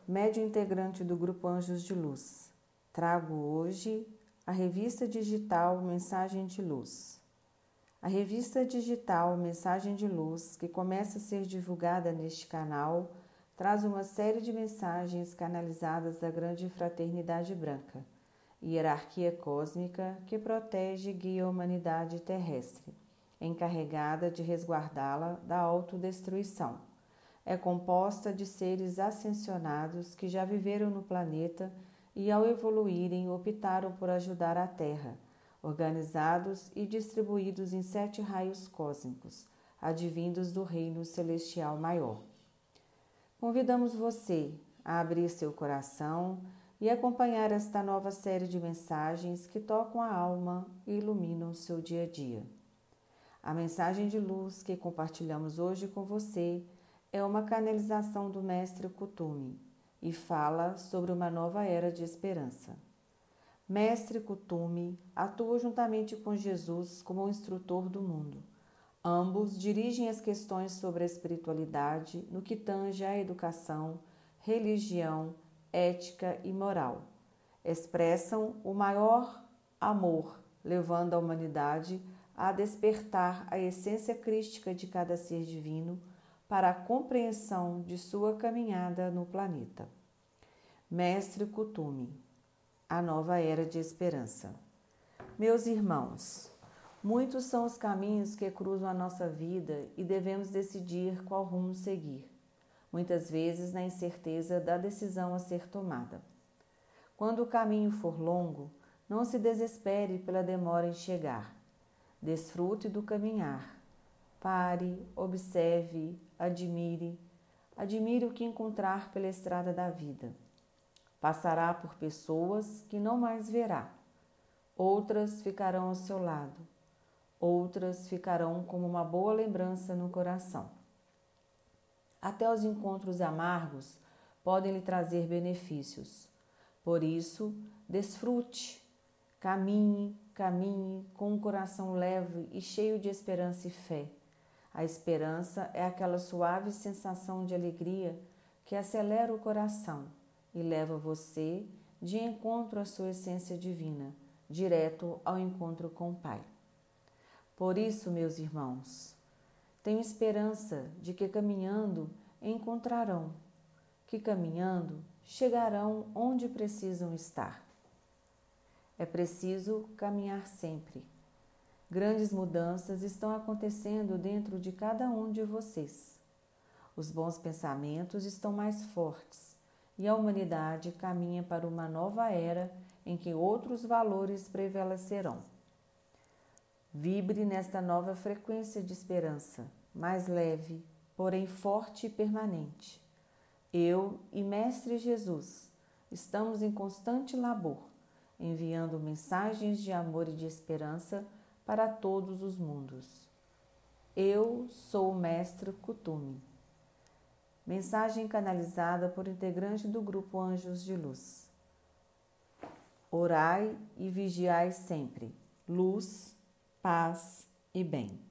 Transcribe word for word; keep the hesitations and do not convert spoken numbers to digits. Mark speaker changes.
Speaker 1: médio integrante do Grupo Anjos de Luz. Trago hoje a revista digital Mensagem de Luz. A revista digital Mensagem de Luz, que começa a ser divulgada neste canal, traz uma série de mensagens canalizadas da grande fraternidade branca, hierarquia cósmica que protege e guia a humanidade terrestre, encarregada de resguardá-la da autodestruição. É composta de seres ascensionados que já viveram no planeta e, ao evoluírem, optaram por ajudar a Terra, organizados e distribuídos em sete raios cósmicos, advindos do Reino Celestial Maior. Convidamos você a abrir seu coração e acompanhar esta nova série de mensagens que tocam a alma e iluminam o seu dia a dia. A mensagem de luz que compartilhamos hoje com você é uma canalização do Mestre Kuthumi e fala sobre uma nova era de esperança. Mestre Kuthumi atua juntamente com Jesus como o instrutor do mundo. Ambos dirigem as questões sobre a espiritualidade no que tange à educação, religião, ética e moral. Expressam o maior amor, levando a humanidade a despertar a essência crística de cada ser divino para a compreensão de sua caminhada no planeta. Mestre Kuthumi, a nova era de esperança. Meus irmãos, muitos são os caminhos que cruzam a nossa vida e devemos decidir qual rumo seguir, muitas vezes na incerteza da decisão a ser tomada. Quando o caminho for longo, não se desespere pela demora em chegar. Desfrute do caminhar. Pare, observe, admire, admire o que encontrar pela estrada da vida. Passará por pessoas que não mais verá. Outras ficarão ao seu lado. Outras ficarão como uma boa lembrança no coração. Até os encontros amargos podem lhe trazer benefícios. Por isso, desfrute, caminhe, caminhe com um coração leve e cheio de esperança e fé. A esperança é aquela suave sensação de alegria que acelera o coração e leva você de encontro à sua essência divina, direto ao encontro com o Pai. Por isso, meus irmãos, tenho esperança de que caminhando encontrarão, que caminhando chegarão onde precisam estar. É preciso caminhar sempre. Grandes mudanças estão acontecendo dentro de cada um de vocês. Os bons pensamentos estão mais fortes e a humanidade caminha para uma nova era em que outros valores prevalecerão. Vibre nesta nova frequência de esperança, mais leve, porém forte e permanente. Eu e Mestre Jesus estamos em constante labor, enviando mensagens de amor e de esperança para todos os mundos. Eu sou o Mestre Kuthumi. Mensagem canalizada por integrante do Grupo Anjos de Luz. Orai e vigiai sempre. Luz, paz e bem.